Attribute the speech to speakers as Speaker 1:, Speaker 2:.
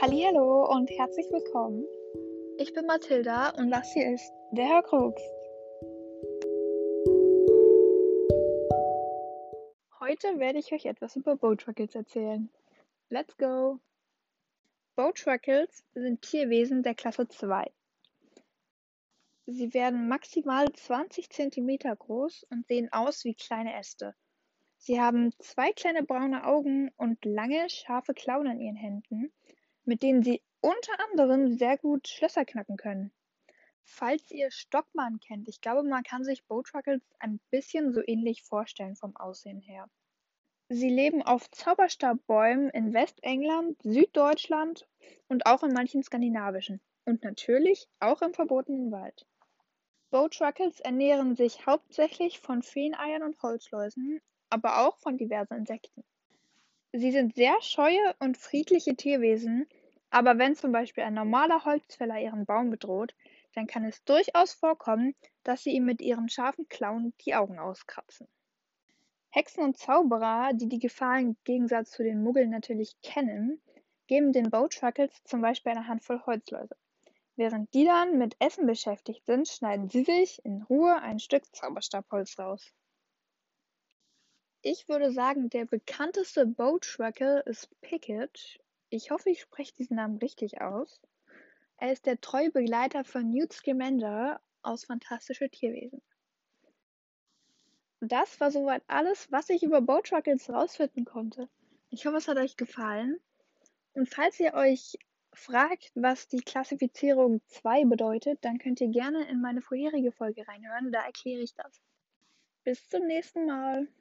Speaker 1: Hallihallo und herzlich willkommen. Ich bin Mathilda und das hier ist der Hörkrux. Heute werde ich euch etwas über Boatruckles erzählen. Let's go! Boatruckles sind Tierwesen der Klasse 2. Sie werden maximal 20 cm groß und sehen aus wie kleine Äste. Sie haben 2 kleine braune Augen und lange, scharfe Klauen an ihren Händen, mit denen sie unter anderem sehr gut Schlösser knacken können. Falls ihr Stockmann kennt, ich glaube, man kann sich Boatruckles ein bisschen so ähnlich vorstellen vom Aussehen her. Sie leben auf Zauberstabbäumen in Westengland, Süddeutschland und auch in manchen skandinavischen und natürlich auch im verbotenen Wald. Boatruckles ernähren sich hauptsächlich von Feeneiern und Holzläusen, aber auch von diversen Insekten. Sie sind sehr scheue und friedliche Tierwesen, aber wenn zum Beispiel ein normaler Holzfäller ihren Baum bedroht, dann kann es durchaus vorkommen, dass sie ihm mit ihren scharfen Klauen die Augen auskratzen. Hexen und Zauberer, die die Gefahr im Gegensatz zu den Muggeln natürlich kennen, geben den Boatruckles zum Beispiel eine Handvoll Holzläuse. Während die dann mit Essen beschäftigt sind, schneiden sie sich in Ruhe ein Stück Zauberstabholz raus. Ich würde sagen, der bekannteste Boatruckle ist Pickett. Ich hoffe, ich spreche diesen Namen richtig aus. Er ist der treue Begleiter von Newt Scamander aus Fantastische Tierwesen. Das war soweit alles, was ich über Boatruckles rausfinden konnte. Ich hoffe, es hat euch gefallen. Und falls ihr euch fragt, was die Klassifizierung 2 bedeutet, dann könnt ihr gerne in meine vorherige Folge reinhören, da erkläre ich das. Bis zum nächsten Mal.